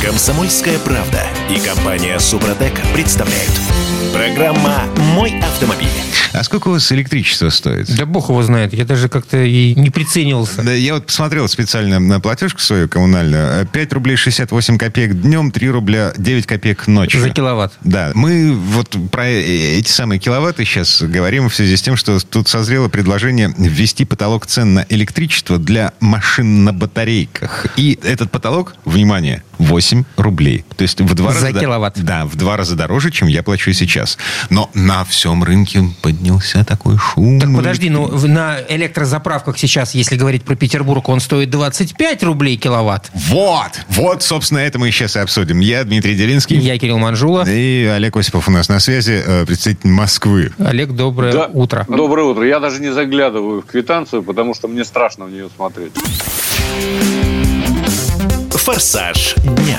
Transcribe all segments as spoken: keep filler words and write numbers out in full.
Комсомольская правда и компания «Супротек» представляют. Программа «Мой автомобиль». А сколько у вас электричество стоит? Да бог его знает. Я даже как-то и не приценивался. Да, я вот посмотрел специально на платежку свою коммунальную. пять рублей шестьдесят восемь копеек днем, три рубля девять копеек ночью. За киловатт. Да. Мы вот про эти самые киловатты сейчас говорим в связи с тем, что тут созрело предложение ввести потолок цен на электричество для машин на батарейках. И этот потолок, внимание, восемь рублей. То есть в два За раза... киловатт. Да, в два раза дороже, чем я плачу сейчас. Но на всем рынке поднялся такой шум. Так подожди, ну на электрозаправках сейчас, если говорить про Петербург, он стоит двадцать пять рублей киловатт. Вот! Вот, собственно, это мы сейчас и обсудим. Я Дмитрий Делинский. Я Кирилл Манжула. И Олег Осипов у нас на связи, представитель Москвы. Олег, доброе да, утро. Доброе утро. Я даже не заглядываю в квитанцию, потому что мне страшно в нее смотреть. Форсаж дня.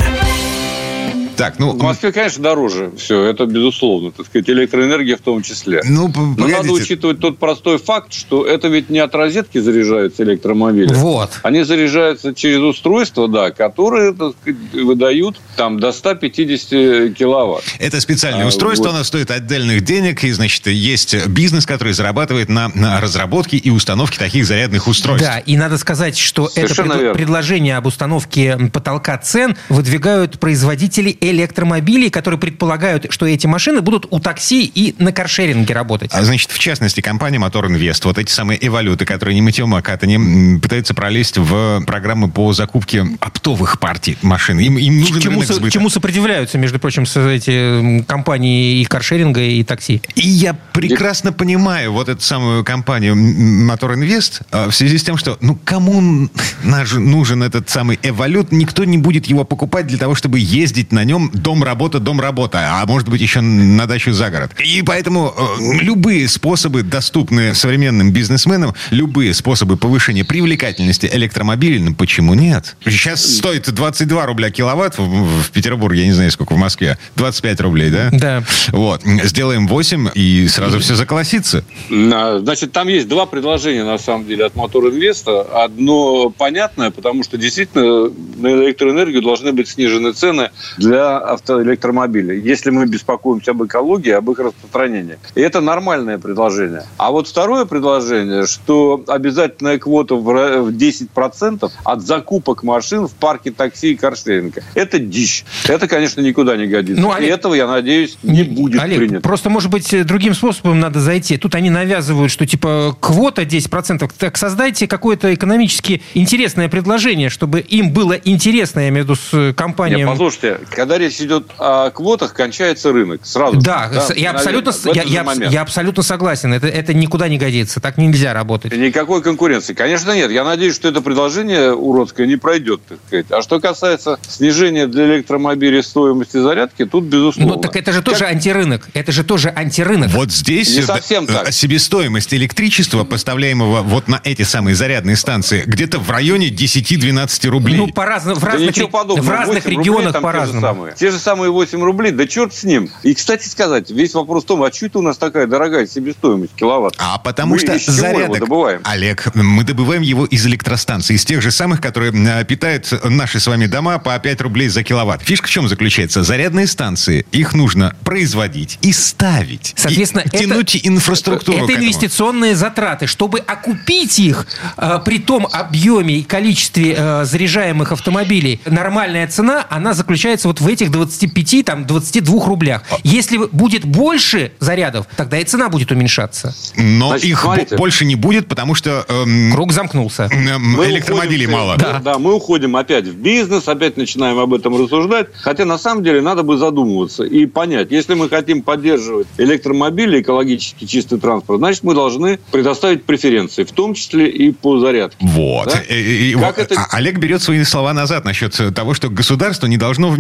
Так, ну... В Москве, конечно, дороже все, это безусловно, так сказать, электроэнергия в том числе. Ну, Но надо учитывать тот простой факт, что это ведь не от розетки заряжаются электромобили. Вот. Они заряжаются через устройства, да, которые, так сказать, выдают там до ста пятидесяти киловатт. Это специальное а, устройство, вот. Оно стоит отдельных денег, и, значит, есть бизнес, который зарабатывает на, на разработке и установке таких зарядных устройств. Да, и надо сказать, что Совершенно это пред... предложение об установке потолка цен выдвигают производители электромобилей, которые предполагают, что эти машины будут у такси и на каршеринге работать. А, значит, в частности, компания Мотор Инвест, вот эти самые эволюты, которые не мытьем, а катанием, пытаются пролезть в программы по закупке оптовых партий машин. Им, им нужен чему, рынок со, сбыта. чему сопротивляются, между прочим, с эти компании и каршеринга, и такси. И я прекрасно понимаю вот эту самую компанию Мотор Инвест в связи с тем, что ну кому нужен этот самый эволют, никто не будет его покупать для того, чтобы ездить на нем дом-работа, дом-работа, а может быть еще на дачу за город. И поэтому э, любые способы, доступные современным бизнесменам, любые способы повышения привлекательности электромобилей, ну почему нет? Сейчас стоит двадцать два рубля киловатт в, в Петербурге, я не знаю, сколько в Москве, двадцать пять рублей, да? Да. Вот. Сделаем восемь, и сразу все заколосится. Значит, там есть два предложения, на самом деле, от Мотор Инвеста. Одно понятное, потому что действительно на электроэнергию должны быть снижены цены для автоэлектромобилей, если мы беспокоимся об экологии, об их распространении. И это нормальное предложение. А вот второе предложение, что обязательная квота в десять процентов от закупок машин в парке такси и каршеринга. Это дичь. Это, конечно, никуда не годится. Ну, Олег, и этого, я надеюсь, не будет Олег, принято. Просто, может быть, другим способом надо зайти. Тут они навязывают, что типа квота десять процентов. Так создайте какое-то экономически интересное предложение, чтобы им было интересно, я имею в виду, с компанией. Нет, послушайте, когда речь идет о квотах, кончается рынок сразу. Да, да я, абсолютно, я, я, я абсолютно согласен. Это, это никуда не годится. Так нельзя работать. Никакой конкуренции. Конечно, нет. Я надеюсь, что это предложение уродское не пройдет, так сказать. А что касается снижения для электромобилей стоимости зарядки, тут безусловно. Ну, так это же тоже как... антирынок. Это же тоже антирынок. Вот здесь не совсем так. Себестоимость электричества, поставляемого вот на эти самые зарядные станции, где-то в районе десять-двенадцать рублей. Ну, по-разному. В да разных, ре... в разных регионах по-разному. Те же самые восемь рублей, да черт с ним. И, кстати сказать, весь вопрос в том, а что это у нас такая дорогая себестоимость киловатт? А потому мы что зарядок, добываем? Олег, мы добываем его из электростанций, из тех же самых, которые питают наши с вами дома по пять рублей за киловатт. Фишка в чем заключается? Зарядные станции, их нужно производить и ставить. Соответственно, и тянуть это, инфраструктуру это инвестиционные затраты. Чтобы окупить их э, при том объеме и количестве э, заряжаемых автомобилей, нормальная цена, она заключается вот в этих двадцати пяти, там, двадцати двух рублях. Если будет больше зарядов, тогда и цена будет уменьшаться. Но Значит, их смотрите. больше не будет, потому что... Эм, Круг замкнулся. Эм, электромобилей уходим, мало. Да. да, мы уходим опять в бизнес, опять начинаем об этом рассуждать. Хотя, на самом деле, надо бы задумываться и понять. Если мы хотим поддерживать электромобили, экологически чистый транспорт, значит, мы должны предоставить преференции, в том числе и по зарядке. Вот. Да? И, и, как вот. Это... Олег берет свои слова назад насчет того, что государство не должно вмешиваться.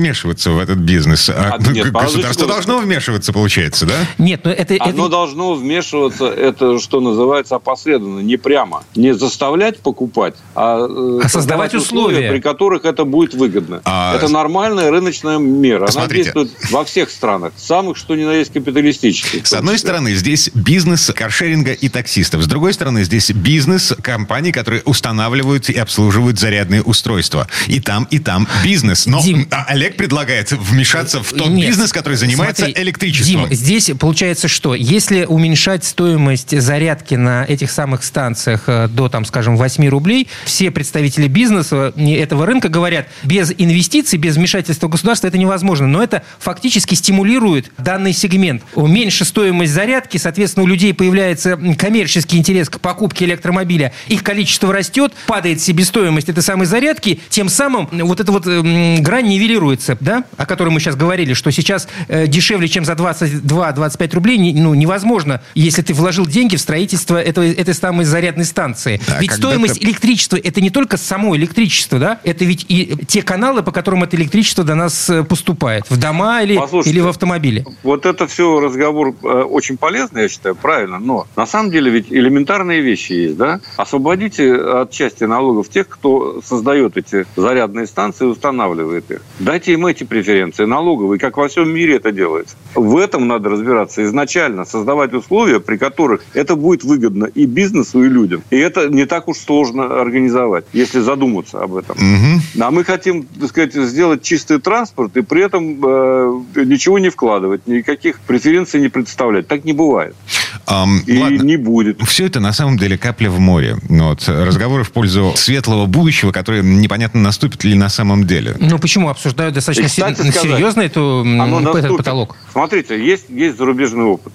вмешиваться в этот бизнес? А, а, нет, государство должно вмешиваться, получается, да? Нет, но это... Оно это... должно вмешиваться, это, что называется, опосредованно, не прямо. Не заставлять покупать, а, а создавать условия, условия, при которых это будет выгодно. А... Это нормальная рыночная мера. Смотрите. Она действует во всех странах, самых, что ни на есть, капиталистических. С одной стороны, здесь бизнес каршеринга и таксистов. С другой стороны, здесь бизнес компаний, которые устанавливают и обслуживают зарядные устройства. И там, и там бизнес. Но Дим, Олег предлагает вмешаться в тот нет, бизнес, который занимается смотри, электричеством. Дим, здесь получается что? Если уменьшать стоимость зарядки на этих самых станциях до, там, скажем, восемь рублей, все представители бизнеса этого рынка говорят, без инвестиций, без вмешательства государства это невозможно. Но это фактически стимулирует данный сегмент. Меньше стоимость зарядки, соответственно, у людей появляется коммерческий интерес к покупке электромобиля. Их количество растет, падает себестоимость этой самой зарядки, тем самым вот эта вот э, грань нивелируется, да, о которой мы сейчас говорили, что сейчас э, дешевле, чем за двадцать два - двадцать пять рублей, не, ну, невозможно, если ты вложил деньги в строительство этого, этой самой зарядной станции. Да, ведь стоимость ты... электричества – это не только само электричество, да, это ведь и те каналы, по которым это электричество до нас поступает, в дома или, или в автомобиле. Вот это все разговор э, очень полезный, я считаю, правильно, но на самом деле ведь элементарные вещи есть, да? Освободите от части налогов тех, кто создает эти зарядные станции и устанавливает их. Дайте им эти преференции налоговые, как во всем мире это делается. В этом надо разбираться изначально, создавать условия, при которых это будет выгодно и бизнесу, и людям. И это не так уж сложно организовать, если задуматься об этом. Угу. А мы хотим, так сказать, сделать чистый транспорт и при этом э, ничего не вкладывать, никаких преференций не представлять. Так не бывает. Um, и ладно. не будет. Все это на самом деле капля в море. Вот, разговоры в пользу светлого будущего, которое непонятно, наступит ли на самом деле. Ну почему? Обсуждают достаточно сказать, серьезно эту, этот потолок. Смотрите, есть, есть зарубежный опыт.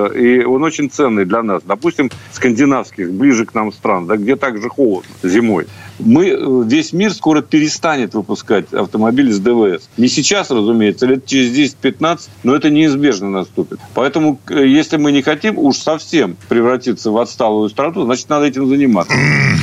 И он очень ценный для нас. Допустим, скандинавских, ближе к нам стран, да, где также холодно зимой. Мы, весь мир скоро перестанет выпускать автомобили с ДВС. Не сейчас, разумеется, лет через десять-пятнадцать, но это неизбежно наступит. Поэтому, если мы не хотим уж совсем превратиться в отсталую страну, значит, надо этим заниматься.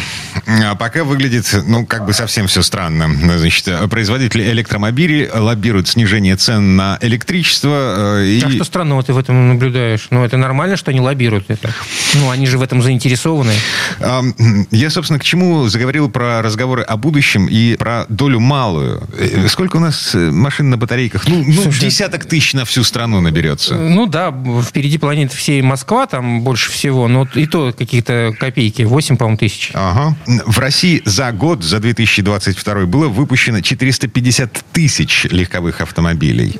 А пока выглядит, ну, как бы совсем все странно. Значит, производители электромобилей лоббируют снижение цен на электричество. И... А что странного ты в этом наблюдаешь? Ну, это нормально, что они лоббируют это? Ну, они же в этом заинтересованы. Я, собственно, к чему заговорил про разговоры о будущем и про долю малую. Сколько у нас машин на батарейках? Ну, ну Слушай, десяток тысяч на всю страну наберется. Ну, да, впереди планеты всей Москва, там больше всего, но и то какие-то копейки, восемь, по-моему, тысяч. Ага. В России за год, за две тысячи двадцать второй, было выпущено четыреста пятьдесят тысяч легковых автомобилей.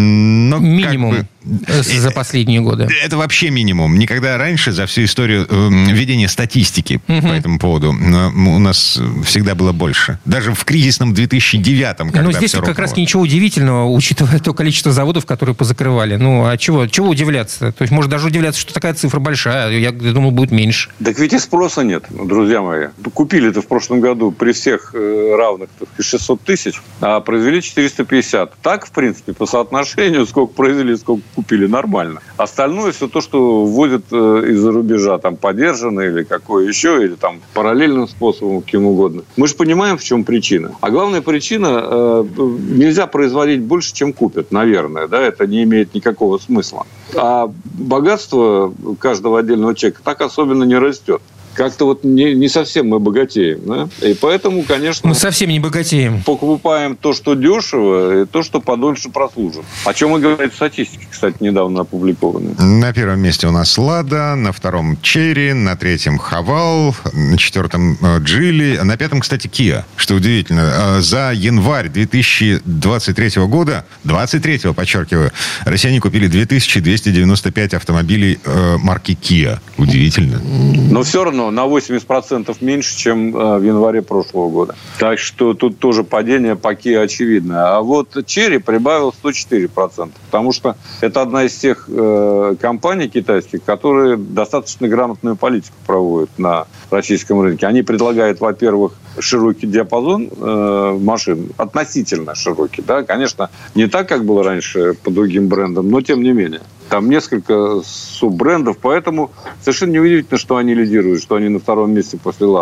Но минимум. Как бы... За последние годы. Это вообще минимум. Никогда раньше за всю историю э, ведения статистики угу. по этому поводу у нас всегда было больше. Даже в кризисном две тысячи девятом, когда Но здесь как раз ничего удивительного, учитывая то количество заводов, которые позакрывали. Ну, а чего, чего удивляться? То есть, может даже удивляться, что такая цифра большая. Я думал, будет меньше. Так ведь и спроса нет, друзья мои. Купили-то в прошлом году при всех равных шестьсот тысяч, а произвели четыреста пятьдесят. Так, в принципе, по соотношению, сколько произвели, сколько купили, нормально. Остальное все то, что вводят э, из-за рубежа, там, подержанное или какое еще, или там параллельным способом, каким угодно. Мы же понимаем, в чем причина. А главная причина, э, нельзя производить больше, чем купят, наверное, да, это не имеет никакого смысла. А богатство каждого отдельного человека так особенно не растет. Как-то вот не, не совсем мы богатеем, да? И поэтому, конечно... Мы совсем не богатеем. Покупаем то, что дешево, и то, что подольше прослужит. О чем и говорит статистика, кстати, недавно опубликованная. На первом месте у нас «Лада», на втором «Черри», на третьем «Хавал», на четвертом «Джили», на пятом, кстати, «Киа». Что удивительно, за январь две тысячи двадцать третьего года, двадцать третьего, подчеркиваю, россияне купили две тысячи двести девяносто пять автомобилей э, марки «Киа». Удивительно. Но все равно на восемьдесят процентов меньше, чем в январе прошлого года. Так что тут тоже падение по Kia очевидно. А вот Chery прибавил сто четыре процента, потому что это одна из тех э, компаний китайских, которые достаточно грамотную политику проводят на российском рынке. Они предлагают, во-первых, широкий диапазон э, машин, относительно широкий. Да? Конечно, не так, как было раньше по другим брендам, но тем не менее. Там несколько суббрендов, поэтому совершенно неудивительно, что они лидируют, что они на втором месте после «Лады».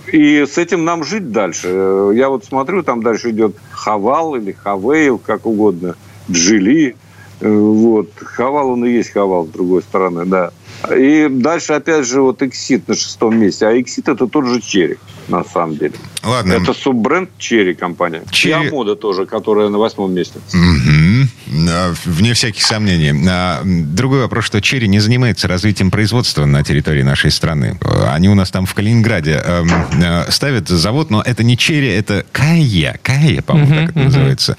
И с этим нам жить дальше. Я вот смотрю, там дальше идет Хавал или Хавейл, как угодно, Джили. Вот. Хавал, он и есть Хавал, с другой стороны, да. И дальше, опять же, вот Exit на шестом месте. А Exit — это тот же Черри, на самом деле. Ладно. Это суббренд Черри компания. Черри... И Амода тоже, которая на восьмом месте. Угу. Вне всяких сомнений. Другой вопрос, что Черри не занимается развитием производства на территории нашей страны. Они у нас там в Калининграде ставят завод, но это не Черри, это Кая. Кая, по-моему, uh-huh, так это uh-huh. называется.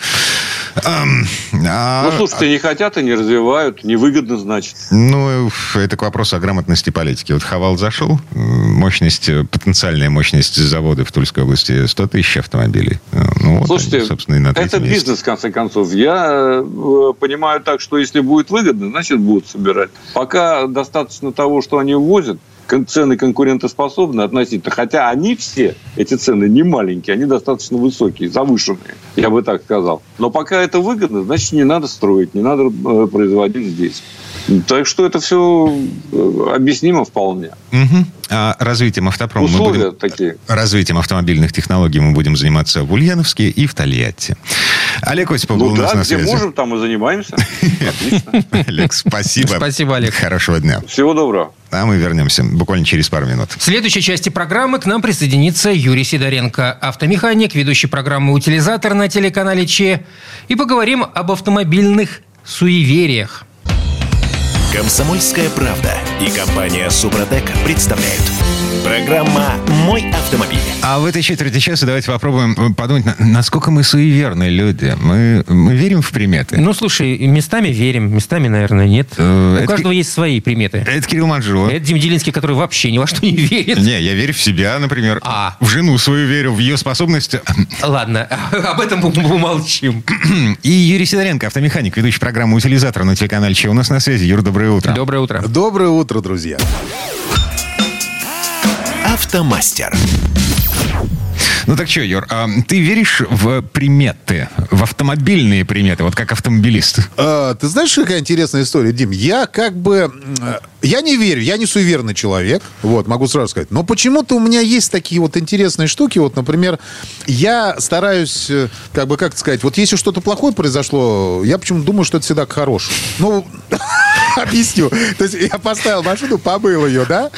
А... Ну, слушайте, не хотят и не развивают. Невыгодно, значит. Ну, это к вопросу о грамотности политики. Вот Хавал зашел. Мощность, потенциальная мощность завода в Тульской области сто тысяч автомобилей. Ну, вот слушайте, они, собственно, и на это месте. Бизнес, в конце концов. Я понимаю так, что если будет выгодно, значит, будут собирать. Пока достаточно того, что они ввозят, цены конкурентоспособны относительно. Хотя они все, эти цены не маленькие, они достаточно высокие, завышенные, я бы так сказал. Но пока это выгодно, значит, не надо строить, не надо производить здесь. Так что это все объяснимо вполне. Угу. А развитием автопрома условия мы будем... такие. Развитием автомобильных технологий мы будем заниматься в Ульяновске и в Тольятти. Олег Осипов был ну, у нас да, на где связи. можем, там и занимаемся. Отлично. Олег, спасибо. Спасибо, Олег. Хорошего дня. Всего доброго. А мы вернемся буквально через пару минут. В следующей части программы к нам присоединится Юрий Сидоренко, автомеханик, ведущий программы «Утилизатор» на телеканале ЧЕ. И поговорим об автомобильных суевериях. «Комсомольская правда» и компания «Супротек» представляют. Программа «Мой автомобиль». А в этой четверти часа давайте попробуем подумать, насколько мы суеверные люди. Мы, мы верим в приметы? Ну, слушай, местами верим, местами, наверное, нет. Э, У это каждого Ки- есть свои приметы. Это Кирилл Манжула. Это Дим Делинский, который вообще ни во что не верит. Не, я верю в себя, например. А. В жену свою верю, в ее способность. Ладно, об этом умолчим. И Юрий Сидоренко, автомеханик, ведущий программы «Утилизатор» на телеканале ЧЕ. У нас на связи. Юр, доброе утро. Доброе утро. Доброе утро, друзья. «Автомастер». Ну так что, Юр, а ты веришь в приметы, в автомобильные приметы, вот как автомобилист? А, ты знаешь, какая интересная история, Дим? Я как бы... Я не верю, я не суеверный человек, вот, могу сразу сказать. Но почему-то у меня есть такие вот интересные штуки. Вот, например, я стараюсь, как бы, как сказать, вот если что-то плохое произошло, я почему-то думаю, что это всегда к хорошему. Ну... Объясню. То есть я поставил машину, помыл ее, да?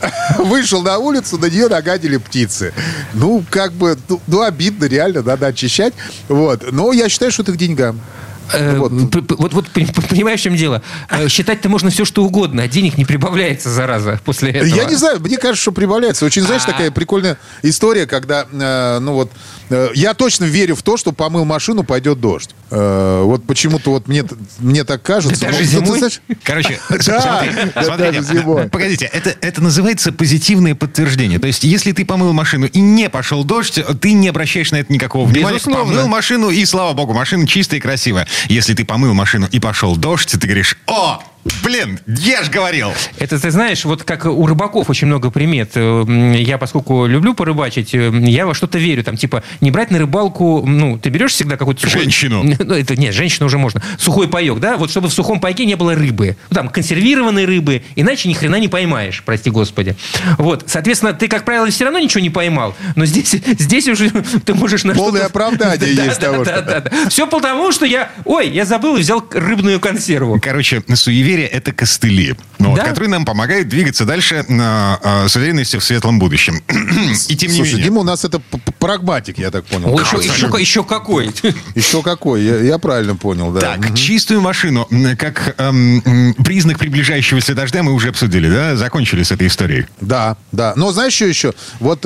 Вышел на улицу, на нее нагадили птицы. Ну, как бы, ну, ну обидно, реально, надо очищать. Вот. Но я считаю, что это к деньгам. Э, вот. Вот, вот, понимаешь, в чем дело? Считать-то можно все, что угодно, а денег не прибавляется, зараза, после этого. Я не знаю, мне кажется, что прибавляется. Очень, знаешь, А-а-а. такая прикольная история, когда, э, ну вот, э, я точно верю в то, что помыл машину, пойдет дождь. Э, вот почему-то вот мне, мне так кажется. Да, даже ну, зимой? Ты, ты, Короче, да, смотрите, даже зимой. Погодите, это, это называется позитивное подтверждение. То есть, если ты помыл машину и не пошел дождь, ты не обращаешь на это никакого внимания. Безусловно. Помыл машину, и слава богу, машина чистая и красивая. Если ты помыл машину и пошел дождь, ты говоришь: о, блин, я ж говорил. Это, ты знаешь, вот как у рыбаков очень много примет. Я, поскольку люблю порыбачить, я во что-то верю. Там, типа, не брать на рыбалку, ну, ты берешь всегда какую-то сухой... Женщину. Ну, это, нет, женщину уже можно. Сухой паек, да? Вот чтобы в сухом пайке не было рыбы. Ну, там, консервированной рыбы. Иначе ни хрена не поймаешь, прости господи. Вот, соответственно, ты, как правило, все равно ничего не поймал. Но здесь, здесь уже ты можешь на Полное что-то... оправдание есть того, что... Да, да, да. Все потому, что я... Ой, я забыл и взял рыбную консерву. Короче, суеверие — это костыли, ну, вот, Да? которые нам помогают двигаться дальше э, с уверенностью в светлом будущем. И тем не Слушай, менее... Дима у нас это прагматик, я так понял. О, еще, еще, еще какой. Еще какой, я, я правильно понял, да. Так, чистую машину, как эм, признак приближающегося дождя, мы уже обсудили, да? Закончили с этой историей. Да, да. Но знаешь, что еще? Вот,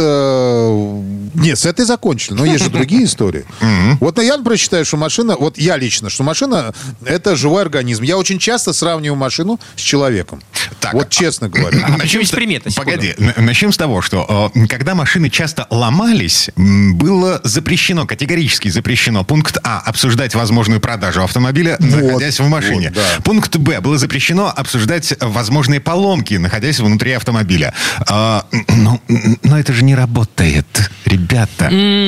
э, нет, с этой закончили, но есть же другие истории. Вот я, например, считаю, что машина, вот я лично, что машина — это живой организм. Я очень часто сравниваю машину с человеком. Так, вот честно говоря. А почему есть примета? Погоди, н- начнем с того, что э, когда машины часто ломались, м, было запрещено, категорически запрещено. Пункт А — обсуждать возможную продажу автомобиля, Вот, находясь в машине. вот, да. Пункт Б — было запрещено обсуждать возможные поломки, находясь внутри автомобиля. А, ну, но это же не работает, ребята.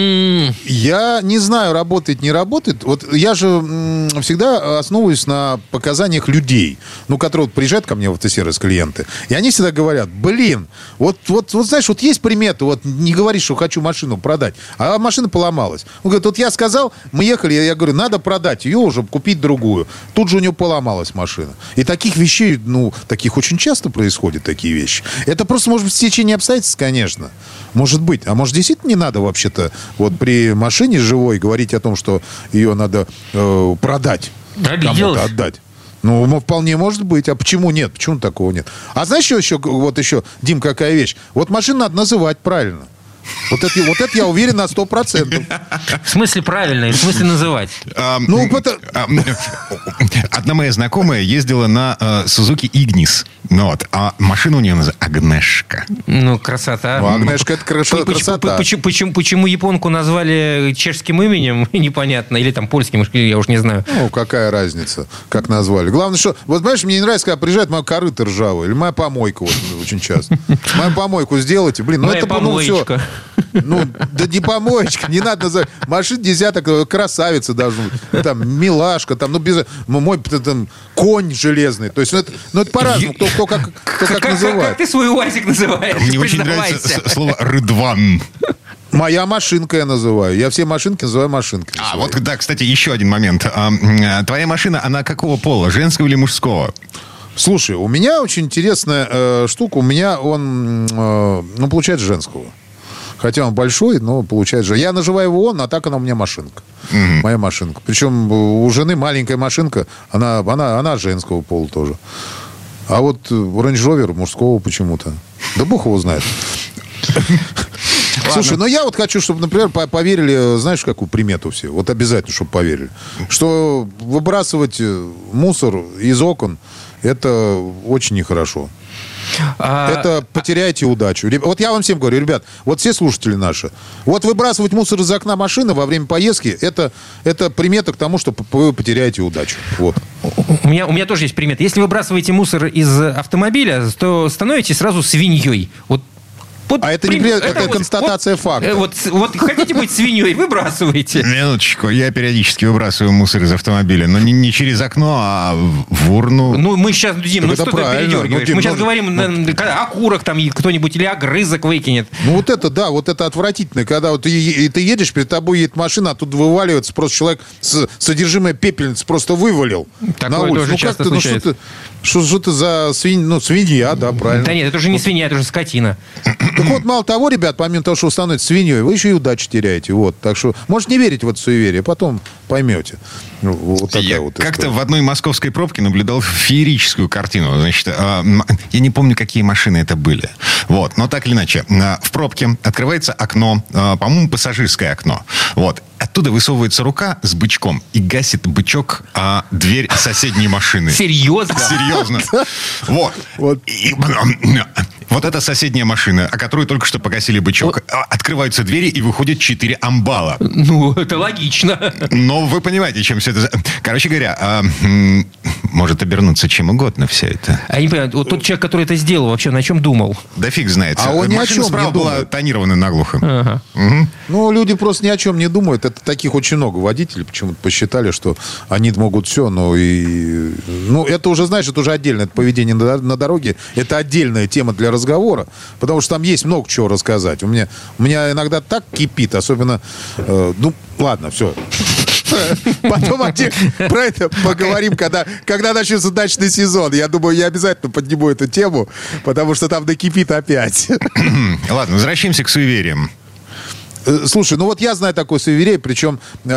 Я не знаю, работает, не работает. Вот я же м, всегда основываюсь на показаниях людей, ну, которые вот приезжают ко мне в автосервис. сервис-клиенты. И они всегда говорят, блин, вот, вот, вот знаешь, вот есть приметы, вот не говори, что хочу машину продать, а машина поломалась. Он говорит, вот я сказал, мы ехали, я говорю, надо продать ее уже, купить другую. Тут же у него поломалась машина. И таких вещей, ну, таких очень часто происходят, такие вещи. Это просто, может быть, стечение обстоятельств, конечно. Может быть. А может, действительно не надо вообще-то вот при машине живой говорить о том, что ее надо э, продать, кому-то отдать. Ну, вполне может быть. А почему нет? Почему такого нет? А знаешь, что еще, вот еще, Дим, какая вещь? Вот машину надо называть правильно. Вот это, вот это я уверен на сто процентов. В смысле правильно, в смысле называть? Ну, это... Одна моя знакомая ездила на Suzuki Ignis. Ну, вот, а машина у нее называется Агнешка. Ну, красота. Ну, Агнешка — это красота. Почему, почему, почему японку назвали чешским именем, непонятно. Или там польским, я уж не знаю. Ну, какая разница, как назвали. Главное, что... Вот, знаешь, мне не нравится, когда приезжает моя корыто ржавая. Или моя помойка, вот, очень часто. Мою помойку сделайте. Блин, ну моя это, ну, все... Ну, да не помоечка, не надо называть. Машин десяток, красавица должна быть. Там, милашка, там, ну, без... Мой там, конь железный. То есть, ну, это, ну, это по-разному. Кто, кто как, кто как, как называет. Как ты свой УАЗик называешь? Мне очень нравится слово «рыдван». Моя машинка я называю. Я все машинки называю машинками. А, вот, да, кстати, еще один момент. А, твоя машина, она какого пола? Женского или мужского? Слушай, у меня очень интересная э, штука. У меня он, э, ну, получается, женского. Хотя он большой, но получается же. Я называю его он, а так она у меня машинка. Mm-hmm. Моя машинка. Причем у жены маленькая машинка, она, она, она женского пола тоже. А вот Range Rover мужского почему-то. Да бог его знает. Слушай, ну я вот хочу, чтобы, например, поверили, знаешь, какую примету все? Вот обязательно, чтобы поверили. Что выбрасывать мусор из окон — это очень нехорошо. А... Это потеряете удачу. Вот я вам всем говорю, ребят, вот все слушатели наши, вот выбрасывать мусор из окна машины во время поездки, это, это примета к тому, что вы потеряете удачу. Вот. У меня, у меня тоже есть примета. Если выбрасываете мусор из автомобиля, то становитесь сразу свиньей. Вот. Вот, а это при... не это, это вот, констатация вот, факта. Вот, вот хотите быть свиньей, выбрасывайте. Минуточку, я периодически выбрасываю мусор из автомобиля, но не, не через окно, а в урну. Ну, мы сейчас, Дим, ну что ты передергиваешь? Ну, мы сейчас ну, говорим ну, о курах там кто-нибудь или огрызок выкинет. Ну, вот это, да, вот это отвратительно. Когда вот ты, ты едешь, перед тобой едет машина, а тут вываливается просто человек, с, содержимое пепельницы просто вывалил. Такое на улицу. тоже ну, часто ты, случается. Ну, что, что ты за свинь, ну, свинья, да, правильно. Да нет, это уже не свинья, это уже скотина. Так вот, мало того, ребят, помимо того, что вы становитесь свиньей, вы еще и удачу теряете. Вот. Так что, может, не верить в это суеверие, потом поймете. Ну, вот такая я вот как-то в одной московской пробке наблюдал феерическую картину. Значит, э, я не помню, какие машины это были. Вот. Но так или иначе, э, в пробке открывается окно, э, по-моему, пассажирское окно. Вот. Оттуда высовывается рука с бычком и гасит бычок а, дверь соседней машины. Серьезно? Серьезно. Вот. Вот. И, вот эта соседняя машина, о которой только что погасили бычок. Вот. Открываются двери, и выходят четыре амбала. Ну, это логично. Но вы понимаете, чем все это... Короче говоря, а, м- может обернуться чем угодно все это. А я не понимаю, вот тот человек, который это сделал, вообще на чем думал? Да фиг знает. А он ни о чем справа не была думает. тонирована наглухо. Ага. Угу. Ну, люди просто ни о чем не думают. Это таких очень много водителей почему-то посчитали, что они могут все, но и... Ну, это уже, знаешь, это уже отдельное это поведение на, на дороге. Это отдельная тема для разговора, потому что там есть много чего рассказать. У меня, у меня иногда так кипит, особенно... Э, ну, ладно, все. Потом про это поговорим, когда, когда начнется дачный сезон. Я думаю, я обязательно подниму эту тему, потому что там накипит опять. Ладно, возвращаемся к суевериям. Слушай, ну вот я знаю такое суеверие, причем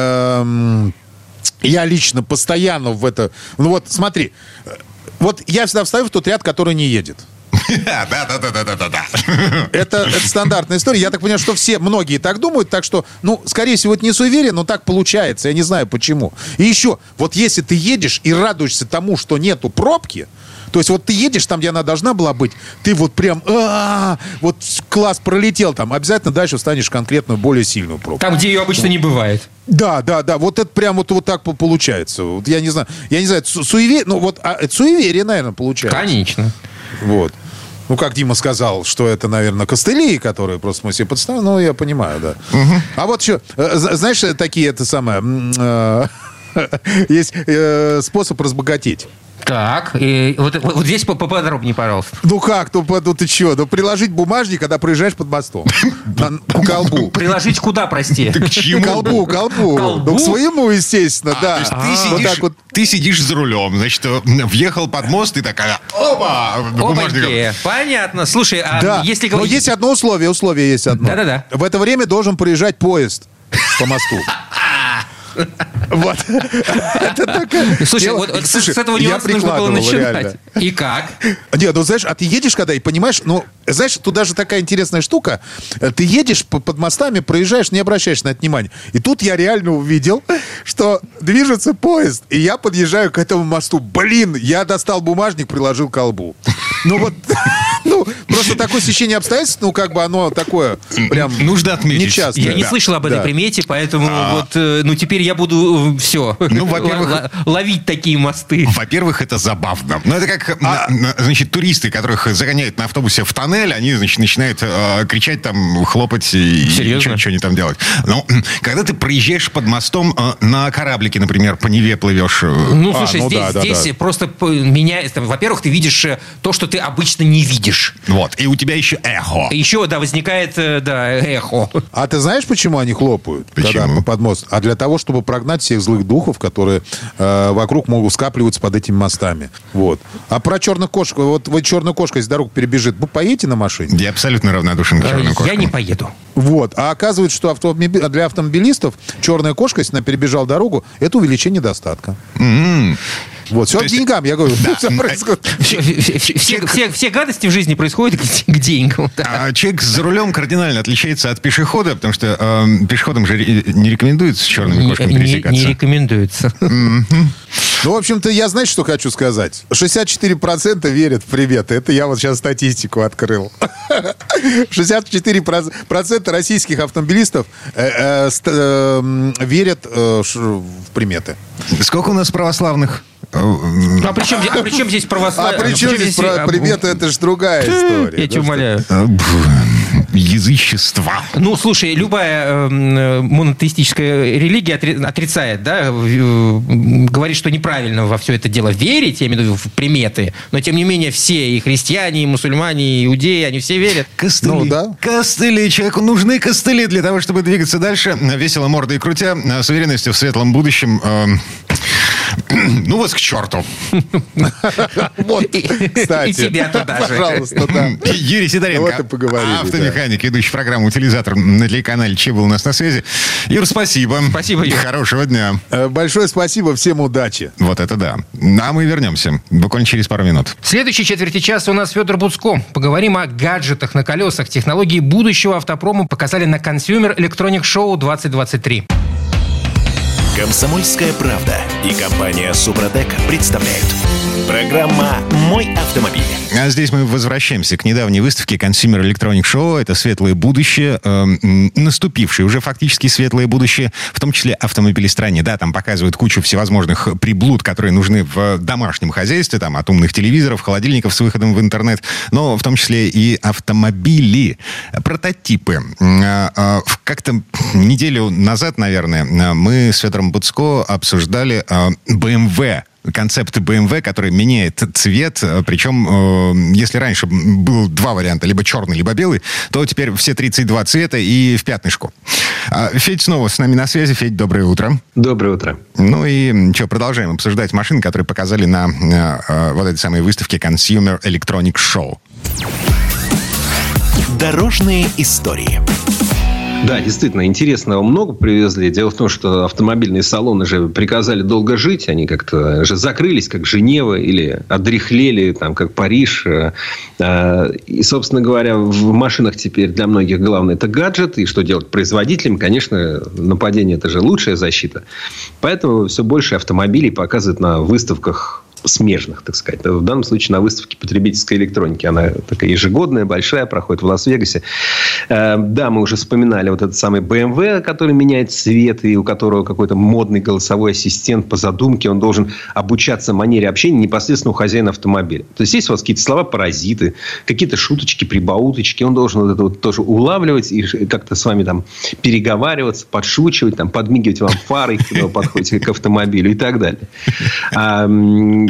эм, я лично постоянно в это... Ну вот смотри, вот я всегда встаю в тот ряд, который не едет. Да, да, да, да, да, да. Это, это стандартная история. Я так понимаю, что все, многие так думают, так что, ну, скорее всего, это не суеверие, но так получается. Я не знаю, почему. И еще, вот если ты едешь и радуешься тому, что нету пробки, то есть вот ты едешь там, где она должна была быть, ты вот прям, а-а-а, вот класс пролетел там, обязательно дальше встанешь конкретно более сильную пробку. Там, где ее обычно не бывает. Да, да, да, вот это прям вот, вот так получается. Вот я не знаю, я не знаю, су- суеверие, ну вот, а, это суеверие, наверное, получается. Конечно. Вот. Ну, как Дима сказал, что это, наверное, костыли, которые просто мы себе подставим. Ну, я понимаю, да. Угу. А вот еще, знаешь, такие, это самое... Есть способ разбогатеть. Так, и вот, вот здесь поподробнее, пожалуйста. Ну как, ну, ну ты что? Ну приложить бумажник, когда проезжаешь под мостом. На, к колбу. Приложить куда, прости? К чему? Колбу, колбу. Колбу? Ну к своему, естественно, да. То есть ты Вот сидишь, так вот. ты сидишь за рулем, значит, въехал под мост и такая, оба, бумажником. Опаньки. Понятно. Слушай, а Да, если но говорить... есть одно условие, условие есть одно. Да-да-да. В это время должен проезжать поезд по мосту. Вот. Это такая... Слушай, Я- вот, вот Слушай, с этого я нюанса нужно было прикладывал, начинать. реально. И как? Нет, ну знаешь, а ты едешь когда и понимаешь, ну, знаешь, тут даже такая интересная штука. Ты едешь по- под мостами, проезжаешь, не обращаешь на это внимания. И тут я реально увидел, что движется поезд, и я подъезжаю к этому мосту. Блин, я достал бумажник, приложил к колбу. Ну вот, ну, просто такое стечение обстоятельств, ну, как бы оно такое прям Нужно отметить. нечасто. Я не Да. слышал об этой Да. примете, поэтому вот, э, ну, теперь я буду все Ну, во-первых- ловить такие мосты. Во-первых, это забавно. Ну, это как, А- на- на- значит, туристы, которых загоняют на автобусе в тоннель, они, значит, начинают э, кричать там, хлопать и Серьезно? что они там делать. Но когда ты проезжаешь под мостом э, на кораблике, например, по Неве плывешь... э, Ну, А, слушай, ну здесь, да, да, здесь да. просто п- меняется. там, Во-первых, ты видишь э, то, что ты обычно не видишь. Вот. И у тебя еще эхо. Еще, да, возникает, э, да, эхо. А ты знаешь, почему они хлопают? Почему? Когда под мост? А для того, чтобы прогнать всех злых духов, которые э, вокруг могут скапливаться под этими мостами. Вот. А про черных кошек, вот, вот черная кошка, если дорогу перебежит, вы поедете на машине? Я абсолютно равнодушен к Э, черным кошкам. Я не поеду. Вот. А оказывается, что автомоби- для автомобилистов черная кошка, если она перебежала дорогу, это увеличение достатка. Вот. Все То к есть- деньгам, я говорю. Все происходит. Все, все- все- все гадости в жизни происходят к, к деньгам. да. А человек за рулем кардинально отличается от пешехода, потому что э, пешеходам же ре- не рекомендуется с черными Не, кошками не- пересекаться. не рекомендуется. Ну, в общем-то, я, знаете, что хочу сказать? шестьдесят четыре процента верят в приметы. Это я вот сейчас статистику открыл. шестьдесят четыре процента российских автомобилистов э, э, ст- э, верят э, ш- в приметы. Сколько у нас православных? Э, А при чем, а при чем здесь А православие? при чем здесь про- а, приметы? Это же другая история. Я тебя Ну, что- умоляю. э, бф, Язычество. Ну, слушай, любая э, монотеистическая религия отри- отрицает, да, в- э, говорит, что неправильно во все это дело верить, я имею в виду в приметы, но тем не менее все, и христиане, и мусульмане, и иудеи, они все верят. Костыли. Ну, да. Костыли. Человеку нужны костыли для того, чтобы двигаться дальше, весело мордой крутя, с уверенностью в светлом будущем. э, Ну, вот к черту. Вот, кстати. И тебя туда же. Пожалуйста, да. Юрий Сидоренко, Вот и поговорили, автомеханик, ведущий программу «Утилизатор» на телеканале Че был у нас на связи. Юр, спасибо. Спасибо, Юр. Хорошего дня. Э, Большое спасибо, всем удачи. Вот это да. А мы вернемся буквально через пару минут. В следующей четверти часа у нас Федор Буцко. Поговорим о гаджетах на колесах. Технологии будущего автопрома показали на Consumer Electronics Show двадцать двадцать три. Комсомольская правда и компания «Супротек» представляют. Программа «Мой автомобиль». А здесь мы возвращаемся к недавней выставке Consumer Electronics Show. Это светлое будущее, э, м, наступившее уже фактически светлое будущее, в том числе автомобилестроения. Да, там показывают кучу всевозможных приблуд, которые нужны в домашнем хозяйстве, там от умных телевизоров, холодильников с выходом в интернет, но в том числе и автомобили, прототипы. Э, э, Как-то неделю назад, наверное, мы с Федором Буцко обсуждали э, бэ эм вэ. Концепт бэ эм вэ, который меняет цвет. Причем, э, если раньше было два варианта, либо черный, либо белый, то теперь все тридцать два цвета и в пятнышку. А, Федь снова с нами на связи. Федь, доброе утро. Доброе утро. Ну и что, продолжаем обсуждать машины, которые показали на э, э, вот этой самой выставке Consumer Electronics Show. Дорожные истории. Да, действительно, интересного много привезли. Дело в том, что автомобильные салоны же приказали долго жить. Они как-то же закрылись, как Женева, или одряхлели, там, как Париж. И, собственно говоря, в машинах теперь для многих главное это гаджет. И что делать производителям? Конечно, нападение – это же лучшая защита. Поэтому все больше автомобилей показывают на выставках смежных, так сказать. В данном случае на выставке потребительской электроники. Она такая ежегодная, большая, проходит в Лас-Вегасе. Да, мы уже вспоминали вот этот самый бэ эм вэ, который меняет цвет, и у которого какой-то модный голосовой ассистент по задумке. Он должен обучаться манере общения непосредственно у хозяина автомобиля. То есть, есть у вас какие-то слова-паразиты, какие-то шуточки, прибауточки. Он должен вот это вот тоже улавливать и как-то с вами там переговариваться, подшучивать, там, подмигивать вам фарой, когда вы подходите к автомобилю и так далее.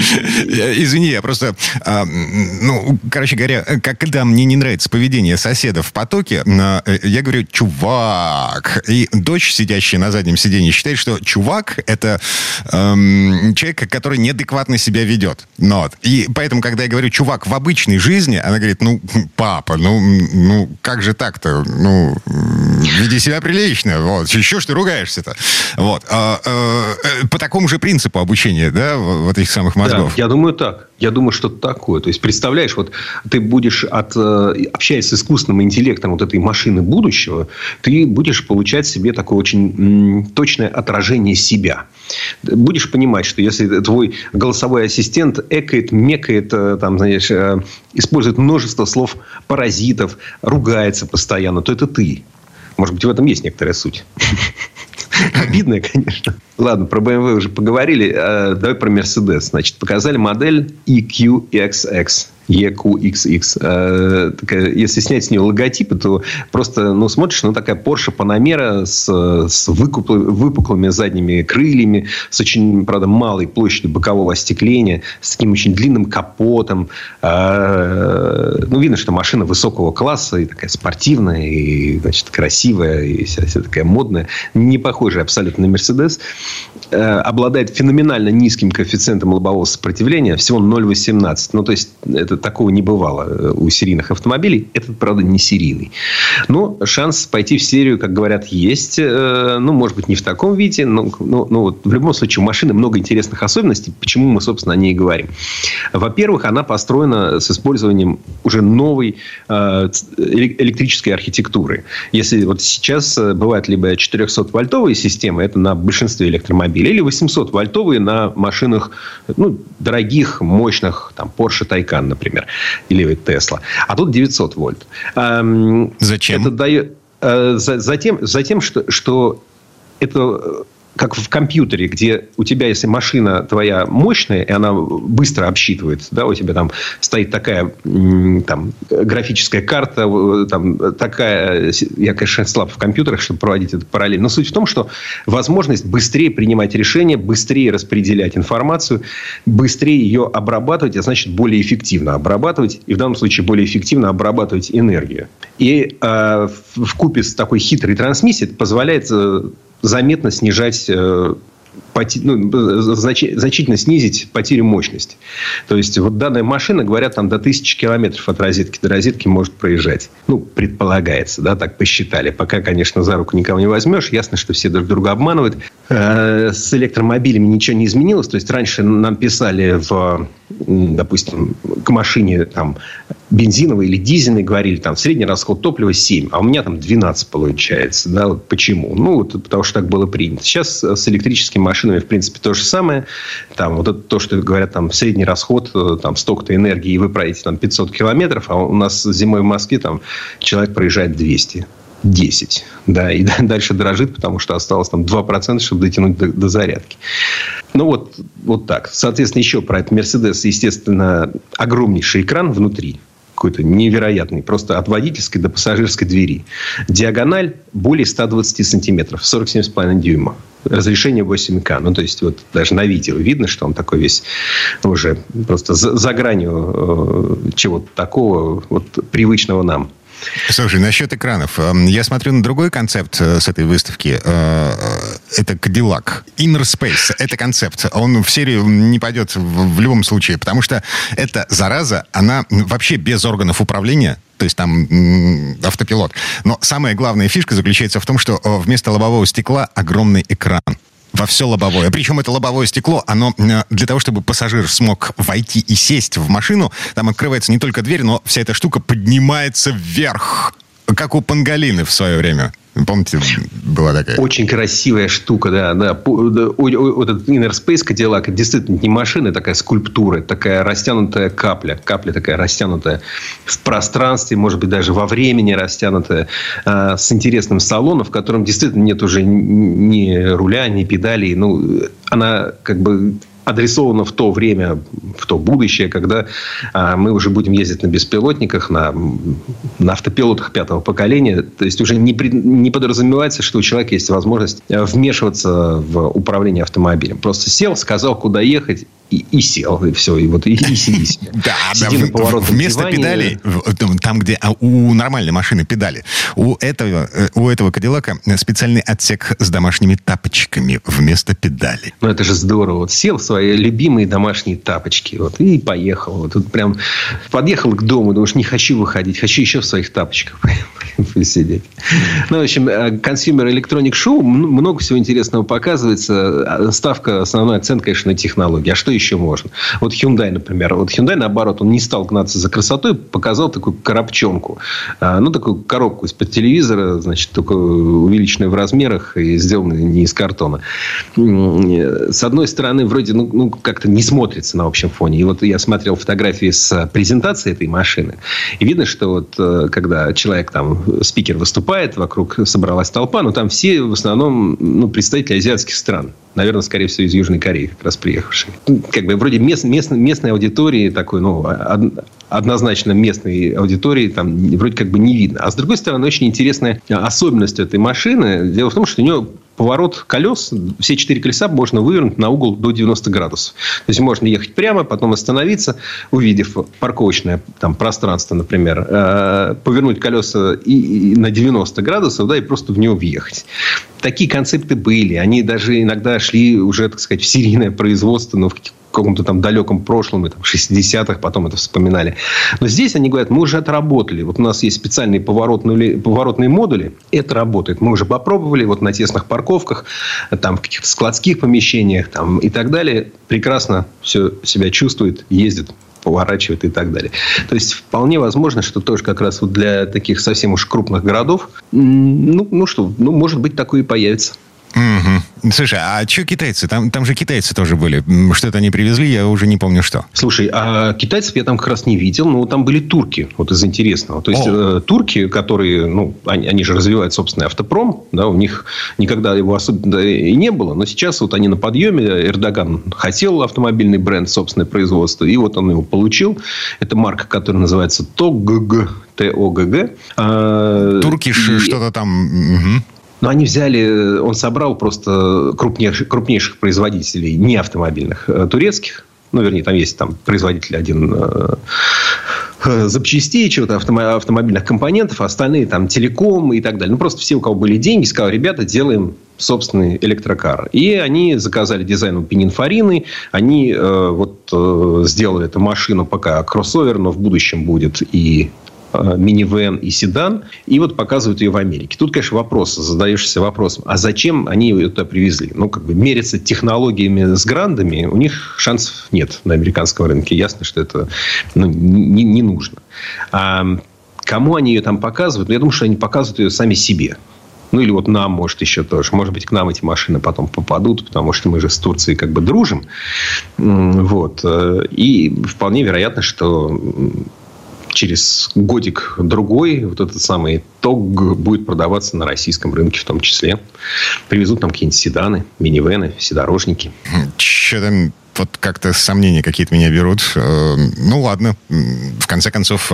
Извини, я просто... Ну, короче говоря, когда мне не нравится поведение соседа в потоке, я говорю «чувак». И дочь, сидящая на заднем сиденье, считает, что чувак — это эм, человек, который неадекватно себя ведет. Ну, вот. И поэтому, когда я говорю «чувак» в обычной жизни, она говорит: ну, папа, ну, ну как же так-то? Ну, веди себя прилично. Вот. Еще что ты ругаешься-то? Вот. А, а, по такому же принципу обучения, да, вот этих самых мозгов. Да, я думаю так. Я думаю, что-то такое. То есть, представляешь, вот ты будешь, от, общаясь с искусственным интеллектом вот этой машины будущего, ты будешь получать себе такое очень м, точное отражение себя. Будешь понимать, что если твой голосовой ассистент экает, мекает, там, знаешь, использует множество слов паразитов, ругается постоянно, то это ты. Может быть, в этом есть некоторая суть. Обидная, конечно. Ладно, про бэ эм вэ уже поговорили. Давай про Mercedes. Значит, показали модель и кью икс икс. и кью икс икс. Если снять с нее логотипы, то просто, ну, смотришь, ну, такая Porsche Panamera с, с выкуплы, выпуклыми задними крыльями, с очень, правда, малой площадью бокового остекления, с таким очень длинным капотом. Ну, видно, что машина высокого класса, и такая спортивная, и, значит, красивая, и вся, вся такая модная. Не похожая абсолютно на Mercedes. Обладает феноменально низким коэффициентом лобового сопротивления, всего ноль целых восемнадцать. Ну, то есть, это такого не бывало у серийных автомобилей. Этот, правда, не серийный. Но шанс пойти в серию, как говорят, есть. Ну, может быть, не в таком виде. Но, но, но вот в любом случае, у машины много интересных особенностей. Почему мы, собственно, о ней и говорим. Во-первых, она построена с использованием уже новой э, электрической архитектуры. Если вот сейчас бывают либо четырехсотвольтовые системы, это на большинстве электромобилей, или восьмисотвольтовые на машинах, ну, дорогих, мощных, там, Porsche Taycan, например, или Tesla. А тут девятьсот вольт. Зачем? Это дает... Затем, затем что, что это... как в компьютере, где у тебя, если машина твоя мощная, и она быстро обсчитывает, да, у тебя там стоит такая там, графическая карта, там, такая... Я, конечно, слаб в компьютерах, чтобы проводить это параллель. Но суть в том, что возможность быстрее принимать решения, быстрее распределять информацию, быстрее ее обрабатывать, а значит, более эффективно обрабатывать. И в данном случае более эффективно обрабатывать энергию. И э, вкупе с такой хитрой трансмиссией это позволяет... заметно снижать, ну, значительно снизить потерю мощности. То есть, вот данная машина, говорят, там до тысячи километров от розетки до розетки может проезжать. Ну, предполагается, да, так посчитали. Пока, конечно, за руку никого не возьмешь. Ясно, что все друг друга обманывают. С электромобилями ничего не изменилось. То есть, раньше нам писали в, допустим, к машине там, бензиновой или дизельной, говорили, там, средний расход топлива семь, а у меня там двенадцать получается. Да? Вот почему? Ну, вот, потому что так было принято. Сейчас с электрическими машинами, в принципе, то же самое. Там, вот это то, что говорят, там, средний расход, там, столько-то энергии, и вы проедете там, пятьсот километров, а у нас зимой в Москве там, человек проезжает двести. десять. Да, и дальше дрожит, потому что осталось там два процента, чтобы дотянуть до, до зарядки. Ну, вот, вот так. Соответственно, еще про этот Mercedes, естественно, огромнейший экран внутри. Какой-то невероятный. Просто от водительской до пассажирской двери. Диагональ более ста двадцати сантиметров. сорок семь с половиной дюйма. Разрешение восемь ка. Ну, то есть, вот даже на видео видно, что он такой весь уже просто за, за гранью э, чего-то такого вот, привычного нам. Слушай, насчет экранов. Я смотрю на другой концепт с этой выставки. Это Cadillac. Inner Space. Это концепт. Он в серию не пойдет в любом случае, потому что эта зараза, она вообще без органов управления. То есть там м- автопилот. Но самая главная фишка заключается в том, что вместо лобового стекла огромный экран. Во все лобовое. Причем это лобовое стекло, оно для того, чтобы пассажир смог войти и сесть в машину, там открывается не только дверь, но вся эта штука поднимается вверх. Как у Панголины в свое время. Помните, была такая? Очень красивая штука, да. да. Вот этот Inner Space Cadillac, это действительно не машина, такая скульптура, такая растянутая капля. Капля такая растянутая в пространстве, может быть, даже во времени растянутая, э, с интересным салоном, в котором действительно нет уже ни руля, ни педалей. Ну, она как бы... адресовано в то время, в то будущее, когда а, мы уже будем ездить на беспилотниках, на, на автопилотах пятого поколения. То есть, уже не, при, не подразумевается, что у человека есть возможность вмешиваться в управление автомобилем. Просто сел, сказал, куда ехать, И, и сел, и все, и вот и, и сиди себе. Да, да, вместо педалей, там, где у нормальной машины педали, у этого, у этого Кадиллака специальный отсек с домашними тапочками вместо педалей. Ну, это же здорово. Вот сел в свои любимые домашние тапочки, вот, и поехал. Вот тут прям подъехал к дому, думаешь, не хочу выходить, хочу еще в своих тапочках посидеть. Ну, в общем, Consumer Electronics Show, много всего интересного показывается. Ставка, основной акцент, конечно, на технологии. А что еще можно? Вот Hyundai, например. Вот Hyundai, наоборот, он не стал гнаться за красотой, показал такую коробчонку. Ну, такую коробку из-под телевизора, значит, только увеличенную в размерах и сделанную не из картона. С одной стороны, вроде, ну, ну, как-то не смотрится на общем фоне. И вот я смотрел фотографии с презентации этой машины. И видно, что вот когда человек там, спикер выступает, вокруг собралась толпа, но там все в основном, ну, представители азиатских стран. Наверное, скорее всего, из Южной Кореи как раз приехавшие. Как бы вроде мест, мест, местной аудитории такой, ну, однозначно местной аудитории там вроде как бы не видно. А с другой стороны, очень интересная особенность этой машины. Дело в том, что у нее поворот колес, все четыре колеса можно вывернуть на угол до девяносто градусов. То есть, можно ехать прямо, потом остановиться, увидев парковочное там, пространство, например, э, повернуть колеса и, и на девяносто градусов, да, и просто в него въехать. Такие концепты были. Они даже иногда шли уже, так сказать, в серийное производство, но в каком-то там далеком прошлом, там, шестидесятых, потом это вспоминали. Но здесь они говорят, мы уже отработали. Вот у нас есть специальные поворотные, поворотные модули. Это работает. Мы уже попробовали вот на тесных парковках, там, в каких-то складских помещениях там, и так далее. Прекрасно все себя чувствует, ездит, поворачивает и так далее. То есть, вполне возможно, что тоже как раз вот для таких совсем уж крупных городов, ну, ну что, ну, может быть, такое и появится. Угу. Слушай, а что китайцы? Там, там же китайцы тоже были. Что-то они привезли, я уже не помню что. Слушай, а китайцев я там как раз не видел, но там были турки, вот из интересного. То есть, э, турки, которые, ну, они, они же развивают собственный автопром, да, у них никогда его особенно и не было, но сейчас вот они на подъеме. Эрдоган хотел автомобильный бренд, собственное производство, и вот он его получил. Это марка, которая называется ТОГГ. ТОГГ. А, Туркиш и... что-то там... Угу. Но они взяли, он собрал просто крупнейших, крупнейших производителей не автомобильных, турецких. Ну, вернее, там есть там, производитель один э, запчастей, чего-то автомо- автомобильных компонентов, а остальные там телеком и так далее. Ну, просто все, у кого были деньги, сказали, ребята, делаем собственный электрокар. И они заказали дизайн у Пининфарины. Они э, вот э, сделали эту машину пока кроссовер, но в будущем будет и минивэн и седан, и вот показывают ее в Америке. Тут, конечно, вопрос, задаешься вопросом, а зачем они ее туда привезли? Ну, как бы мериться технологиями с грандами у них шансов нет на американском рынке. Ясно, что это ну, не, не нужно. А кому они ее там показывают? Ну, я думаю, что они показывают ее сами себе. Ну, или вот нам, может, еще тоже. Может быть, к нам эти машины потом попадут, потому что мы же с Турцией как бы дружим. Вот. И вполне вероятно, что через годик-другой вот этот самый ТОГ будет продаваться на российском рынке в том числе. Привезут там какие-нибудь седаны, минивэны, вседорожники. Что-то вот как-то сомнения какие-то меня берут. Ну, ладно. В конце концов,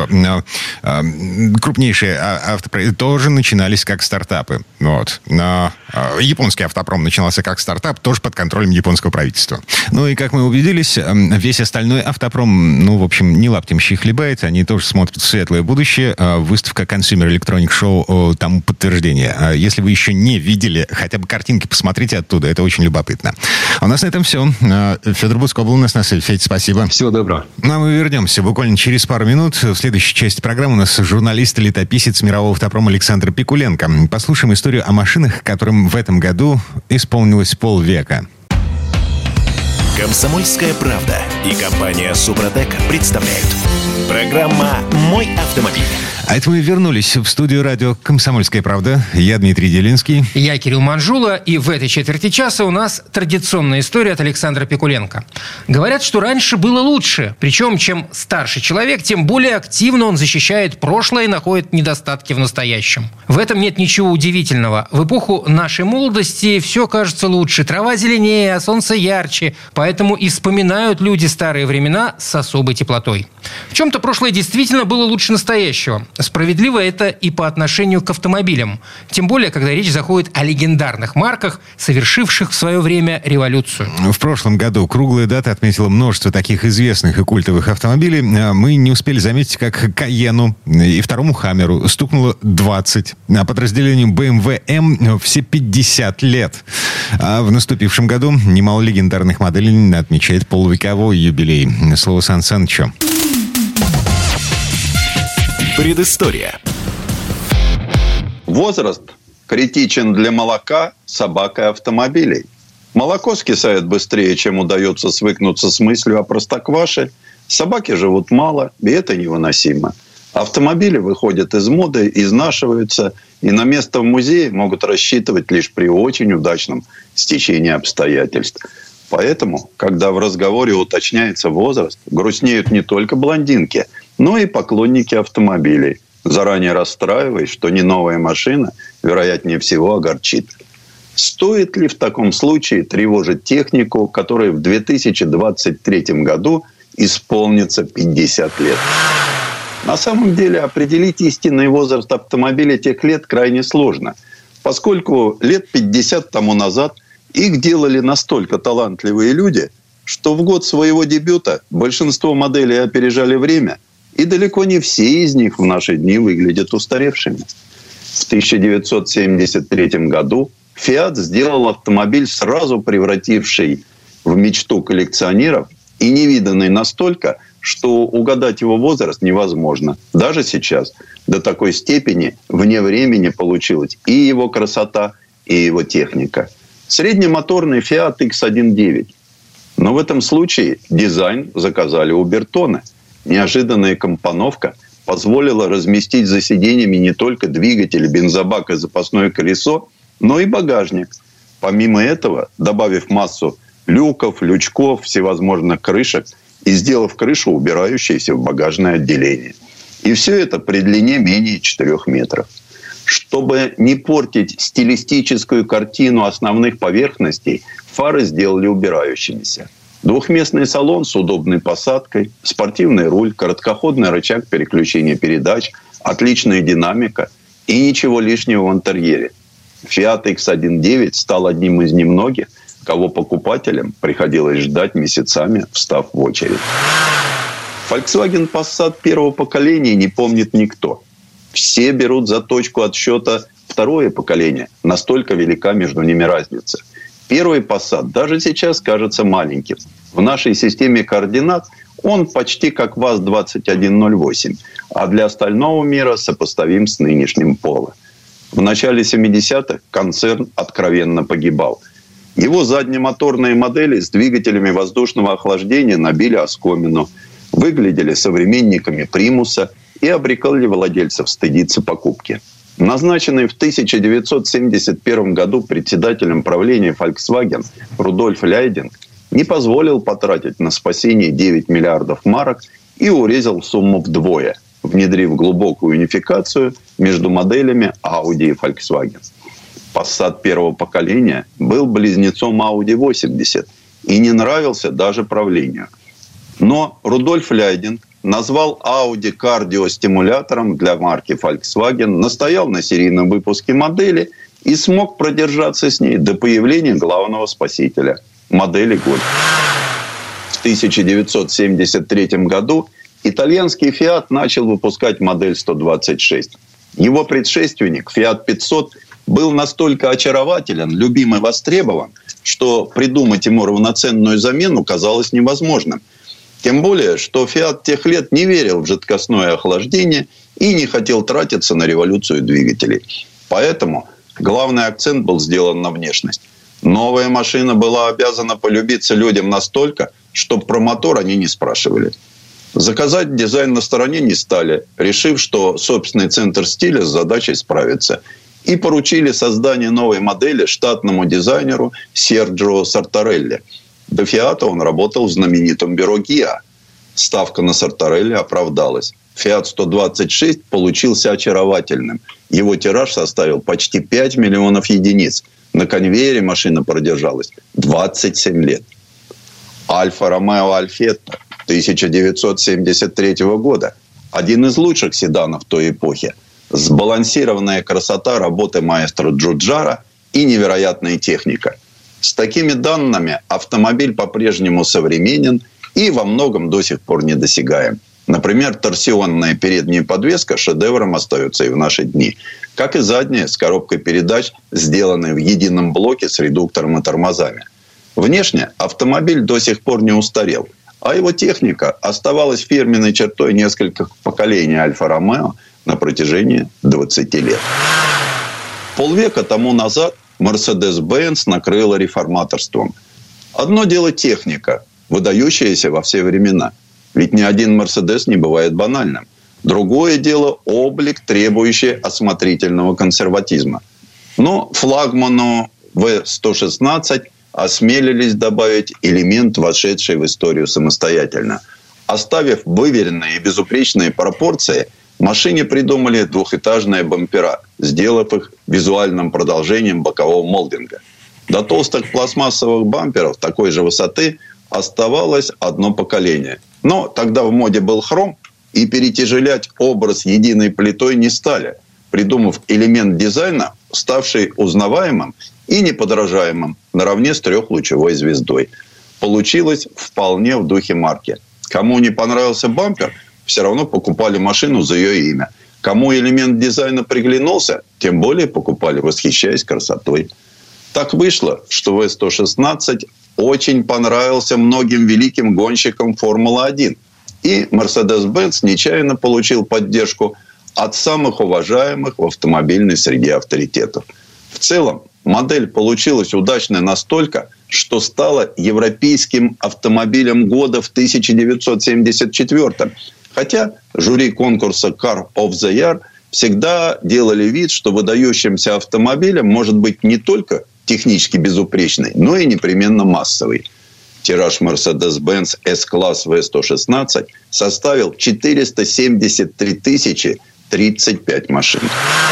крупнейшие автопроизводители тоже начинались как стартапы. Вот. Но японский автопром начинался как стартап, тоже под контролем японского правительства. Ну, и как мы убедились, весь остальной автопром, ну, в общем, не лаптем щи хлебает. Они тоже смотрят в светлое будущее. Выставка Consumer Electronics Show тому подтверждение. Если вы еще не видели, хотя бы картинки посмотрите оттуда. Это очень любопытно. А у нас на этом все. Федор Буцко был у нас на связи. Федь, спасибо. Всего доброго. Ну, а мы вернемся буквально через пару минут. В следующей части программы у нас журналист и летописец мирового автопрома Александр Пикуленко. Послушаем историю о машинах, которым в этом году исполнилось полвека. «Комсомольская правда» и компания «Супротек» представляют. Программа «Мой автомобиль». А это мы вернулись в студию радио «Комсомольская правда». Я Дмитрий Делинский. Я Кирилл Манжула. И в этой четверти часа у нас традиционная история от Александра Пикуленко. Говорят, что раньше было лучше. Причем, чем старше человек, тем более активно он защищает прошлое и находит недостатки в настоящем. В этом нет ничего удивительного. В эпоху нашей молодости все кажется лучше. Трава зеленее, а солнце ярче. Поэтому и вспоминают люди старые времена с особой теплотой. В чем-то прошлое действительно было лучше настоящего. Справедливо это и по отношению к автомобилям. Тем более, когда речь заходит о легендарных марках, совершивших в свое время революцию. В прошлом году круглая дата отметила множество таких известных и культовых автомобилей. Мы не успели заметить, как Кайену и второму Хаммеру стукнуло двадцать, а подразделению бэ эм вэ эм все пятьдесят лет. А в наступившем году немало легендарных моделей отмечает полувековой юбилей. Слово Сан Санычу. Предыстория. Возраст критичен для молока, собак и автомобилей. Молоко скисает быстрее, чем удается свыкнуться с мыслью о простокваше. Собаки живут мало, и это невыносимо. Автомобили выходят из моды, изнашиваются, и на место в музее могут рассчитывать лишь при очень удачном стечении обстоятельств. Поэтому, когда в разговоре уточняется возраст, грустнеют не только блондинки, но и поклонники автомобилей, заранее расстраиваясь, что не новая машина, вероятнее всего, огорчит. Стоит ли в таком случае тревожить технику, которой в две тысячи двадцать третьем году исполнится пятьдесят лет? На самом деле определить истинный возраст автомобиля тех лет крайне сложно, поскольку лет пятьдесят тому назад их делали настолько талантливые люди, что в год своего дебюта большинство моделей опережали время, и далеко не все из них в наши дни выглядят устаревшими. В тысяча девятьсот семьдесят третьем году «Фиат» сделал автомобиль, сразу превративший в мечту коллекционеров и невиданный настолько, что угадать его возраст невозможно. Даже сейчас до такой степени вне времени получилась и его красота, и его техника. Среднемоторный «Фиат» икс один девять. Но в этом случае дизайн заказали у Бертоне. Неожиданная компоновка позволила разместить за сиденьями не только двигатель, бензобак и запасное колесо, но и багажник. Помимо этого, добавив массу люков, лючков, всевозможных крышек и сделав крышу, убирающейся в багажное отделение. И все это при длине менее четырёх метров. Чтобы не портить стилистическую картину основных поверхностей, фары сделали убирающимися. Двухместный салон с удобной посадкой, спортивный руль, короткоходный рычаг переключения передач, отличная динамика и ничего лишнего в интерьере. «Фиат» икс один девять стал одним из немногих, кого покупателям приходилось ждать месяцами, встав в очередь. Volkswagen Passat первого поколения не помнит никто. Все берут за точку отсчета второе поколение. Настолько велика между ними разница. Первый Passat даже сейчас кажется маленьким. В нашей системе координат он почти как ВАЗ двадцать один ноль восемь, а для остального мира сопоставим с нынешним Polo. В начале семидесятых концерн откровенно погибал. Его заднемоторные модели с двигателями воздушного охлаждения набили оскомину, выглядели современниками «Примуса» и обрекали владельцев стыдиться покупки. Назначенный в тысяча девятьсот семьдесят первом году председателем правления Volkswagen Рудольф Ляйдинг не позволил потратить на спасение девять миллиардов марок и урезал сумму вдвое, внедрив глубокую унификацию между моделями Audi и Volkswagen. Passat первого поколения был близнецом Audi восемьдесят и не нравился даже правлению. Но Рудольф Ляйдинг назвал Audi кардиостимулятором для марки Volkswagen, настоял на серийном выпуске модели и смог продержаться с ней до появления главного спасителя – модели Golf. В тысяча девятьсот семьдесят третьем году итальянский Fiat начал выпускать модель сто двадцать шесть. Его предшественник Fiat пятьсот был настолько очарователен, любим и востребован, что придумать ему равноценную замену казалось невозможным. Тем более, что «Фиат» тех лет не верил в жидкостное охлаждение и не хотел тратиться на революцию двигателей. Поэтому главный акцент был сделан на внешность. Новая машина была обязана полюбиться людям настолько, что про мотор они не спрашивали. Заказать дизайн на стороне не стали, решив, что собственный центр стиля с задачей справится. И поручили создание новой модели штатному дизайнеру Серджио Сартарелли. До «Фиата» он работал в знаменитом бюро ГИА. Ставка на Сартарелли оправдалась. «Фиат сто двадцать шесть» получился очаровательным. Его тираж составил почти пять миллионов единиц. На конвейере машина продержалась двадцать семь лет. Альфа Ромео Альфетто тысяча девятьсот семьдесят третьего года. Один из лучших седанов той эпохи. Сбалансированная красота работы маэстро Джуджара и невероятная техника. С такими данными автомобиль по-прежнему современен и во многом до сих пор недосягаем. Например, торсионная передняя подвеска шедевром остается и в наши дни. Как и задняя с коробкой передач, сделанной в едином блоке с редуктором и тормозами. Внешне автомобиль до сих пор не устарел, а его техника оставалась фирменной чертой нескольких поколений Альфа-Ромео на протяжении двадцати лет. Полвека тому назад Мерседес-Бенц накрыла реформаторством. Одно дело техника, выдающаяся во все времена. Ведь ни один Мерседес не бывает банальным. Другое дело облик, требующий осмотрительного консерватизма. Но флагману вэ сто шестнадцать осмелились добавить элемент, вошедший в историю самостоятельно. Оставив выверенные и безупречные пропорции, машине придумали двухэтажные бампера, сделав их визуальным продолжением бокового молдинга. До толстых пластмассовых бамперов такой же высоты оставалось одно поколение. Но тогда в моде был хром, и перетяжелять образ единой плитой не стали, придумав элемент дизайна, ставший узнаваемым и неподражаемым наравне с трехлучевой звездой. Получилось вполне в духе марки. Кому не понравился бампер, все равно покупали машину за ее имя. Кому элемент дизайна приглянулся, тем более покупали, восхищаясь красотой. Так вышло, что вэ сто шестнадцать очень понравился многим великим гонщикам Формулы один. И Мерседес-Бенц нечаянно получил поддержку от самых уважаемых в автомобильной среде авторитетов. В целом, модель получилась удачной настолько, что стала европейским автомобилем года в тысяча девятьсот семьдесят четвёртом. Хотя жюри конкурса Car of the Year всегда делали вид, что выдающимся автомобилем может быть не только технически безупречный, но и непременно массовый. Тираж Mercedes-Benz S-класс вэ сто шестнадцать составил четыреста семьдесят три тысячи тридцать пять машин.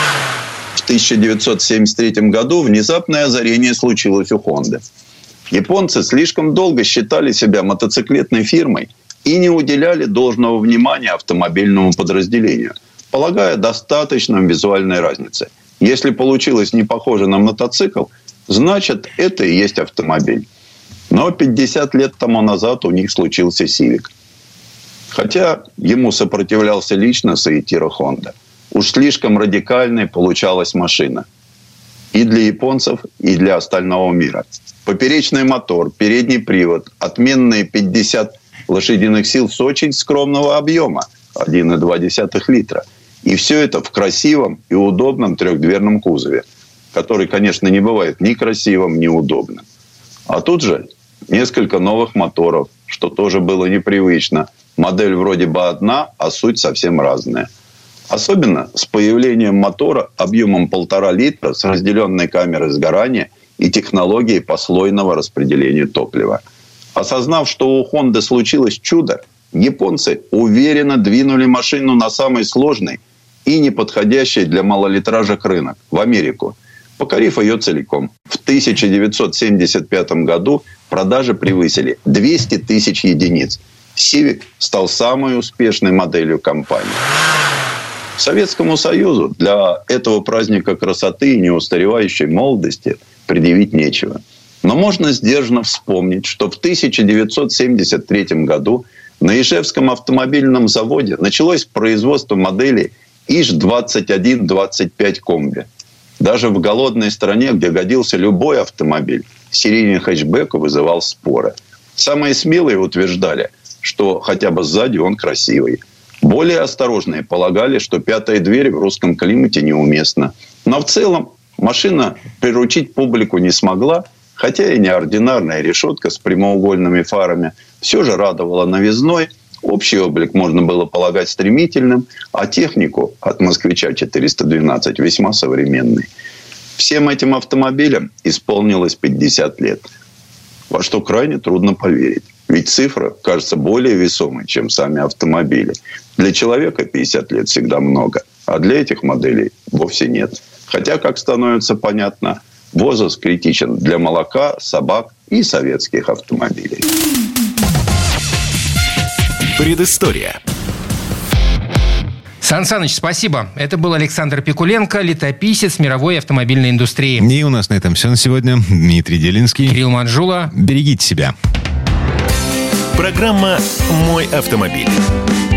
В тысяча девятьсот семьдесят третьем году внезапное озарение случилось у Honda. Японцы слишком долго считали себя мотоциклетной фирмой и не уделяли должного внимания автомобильному подразделению, полагая достаточным визуальной разницы. Если получилось не похоже на мотоцикл, значит, это и есть автомобиль. Но пятьдесят лет тому назад у них случился Civic. Хотя ему сопротивлялся лично Соитиро Honda. Уж слишком радикальной получалась машина. И для японцев, и для остального мира. Поперечный мотор, передний привод, отменные пятьдесят лошадиных сил с очень скромного объема – один и два десятых литра. И все это в красивом и удобном трехдверном кузове, который, конечно, не бывает ни красивым, ни удобным. А тут же несколько новых моторов, что тоже было непривычно. Модель вроде бы одна, а суть совсем разная. Особенно с появлением мотора объемом полтора литра с разделенной камерой сгорания и технологией послойного распределения топлива. Осознав, что у Honda случилось чудо, японцы уверенно двинули машину на самый сложный и неподходящий для малолитражек рынок – в Америку, покорив ее целиком. В тысяча девятьсот семьдесят пятом году продажи превысили двести тысяч единиц. Civic стал самой успешной моделью компании. Советскому Союзу для этого праздника красоты и неустаревающей молодости предъявить нечего. Но можно сдержанно вспомнить, что в тысяча девятьсот семьдесят третьем году на Ижевском автомобильном заводе началось производство моделей ИЖ двадцать один двадцать пять комби. Даже в голодной стране, где годился любой автомобиль, серийный хэтчбэк вызывал споры. Самые смелые утверждали, что хотя бы сзади он красивый. Более осторожные полагали, что пятая дверь в русском климате неуместна. Но в целом машина приручить публику не смогла, хотя и неординарная решетка с прямоугольными фарами все же радовала новизной. Общий облик можно было полагать стремительным, а технику от «Москвича четыреста двенадцать» весьма современной. Всем этим автомобилям исполнилось пятьдесят лет. Во что крайне трудно поверить. Ведь цифра кажется более весомой, чем сами автомобили. Для человека пятьдесят лет всегда много, а для этих моделей вовсе нет. Хотя, как становится понятно, возраст критичен для молока, собак и советских автомобилей. Предыстория. Сан Саныч, спасибо. Это был Александр Пикуленко, летописец мировой автомобильной индустрии. И у нас на этом все на сегодня. Дмитрий Делинский. Кирилл Манжула. Берегите себя. Программа «Мой автомобиль».